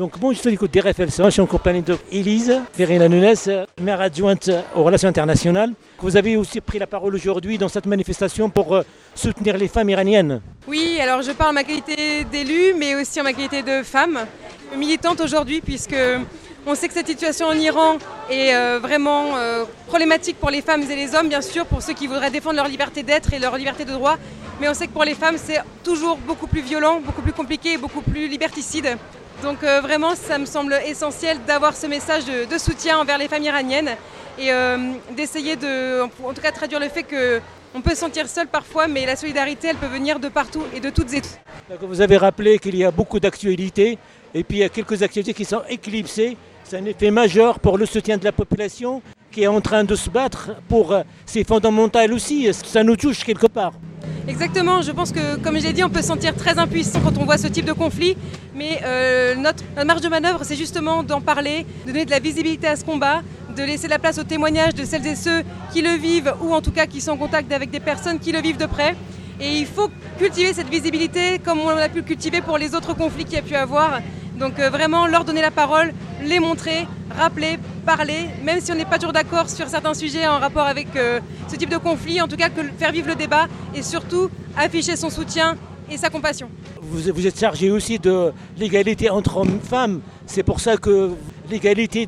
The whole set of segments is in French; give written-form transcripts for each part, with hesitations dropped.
Donc bon, je suis écoute d'RFL 100, je suis en compagnie d'Élise Ferreira-Nunes, maire adjointe aux relations internationales. Vous avez aussi pris la parole aujourd'hui dans cette manifestation pour soutenir les femmes iraniennes. Oui, alors je parle en ma qualité d'élue, mais aussi en ma qualité de femme, militante aujourd'hui, puisque on sait que cette situation en Iran est vraiment problématique pour les femmes et les hommes, bien sûr, pour ceux qui voudraient défendre leur liberté d'être et leur liberté de droit. Mais on sait que pour les femmes, c'est toujours beaucoup plus violent, beaucoup plus compliqué et beaucoup plus liberticide. Donc vraiment, ça me semble essentiel d'avoir ce message de soutien envers les femmes iraniennes et d'essayer de, en tout cas, traduire le fait qu'on peut se sentir seul parfois, mais la solidarité, elle peut venir de partout et de toutes et tous. Vous avez rappelé qu'il y a beaucoup d'actualités et puis il y a quelques activités qui sont éclipsées. C'est un effet majeur pour le soutien de la population qui est en train de se battre pour ses fondamentales aussi. Ça nous touche quelque part. Exactement, je pense que, comme je l'ai dit, on peut se sentir très impuissant quand on voit ce type de conflit, mais notre marge de manœuvre, c'est justement d'en parler, de donner de la visibilité à ce combat, de laisser la place aux témoignages de celles et ceux qui le vivent, ou en tout cas qui sont en contact avec des personnes qui le vivent de près. Et il faut cultiver cette visibilité comme on a pu le cultiver pour les autres conflits qu'il y a pu avoir. Donc vraiment leur donner la parole, les montrer, rappeler, parler, même si on n'est pas toujours d'accord sur certains sujets en rapport avec ce type de conflit, en tout cas faire vivre le débat et surtout afficher son soutien et sa compassion. Vous êtes chargé aussi de l'égalité entre hommes et femmes, c'est pour ça que l'égalité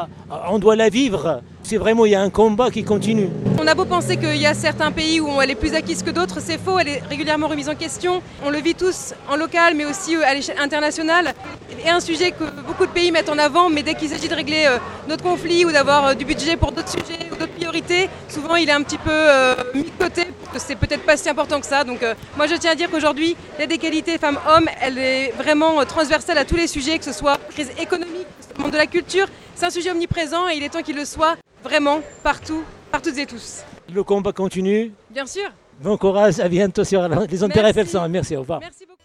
on doit la vivre. C'est vraiment, il y a un combat qui continue. On a beau penser qu'il y a certains pays où elle est plus acquise que d'autres, c'est faux, elle est régulièrement remise en question. On le vit tous en local, mais aussi à l'échelle internationale. Et un sujet que beaucoup de pays mettent en avant, mais dès qu'il s'agit de régler notre conflit ou d'avoir du budget pour d'autres sujets ou d'autres priorités, souvent il est un petit peu mis de côté, parce que c'est peut-être pas si important que ça. Donc moi je tiens à dire qu'aujourd'hui, l'aide d'égalité femmes-hommes, elle est vraiment transversale à tous les sujets, que ce soit crise économique, le monde de la culture. C'est un sujet omniprésent et il est temps qu'il le soit vraiment partout, par toutes et tous. Le combat continue. Bien sûr. Bon courage, à bientôt sur les ondes RFL 100. Merci, au revoir. Merci beaucoup.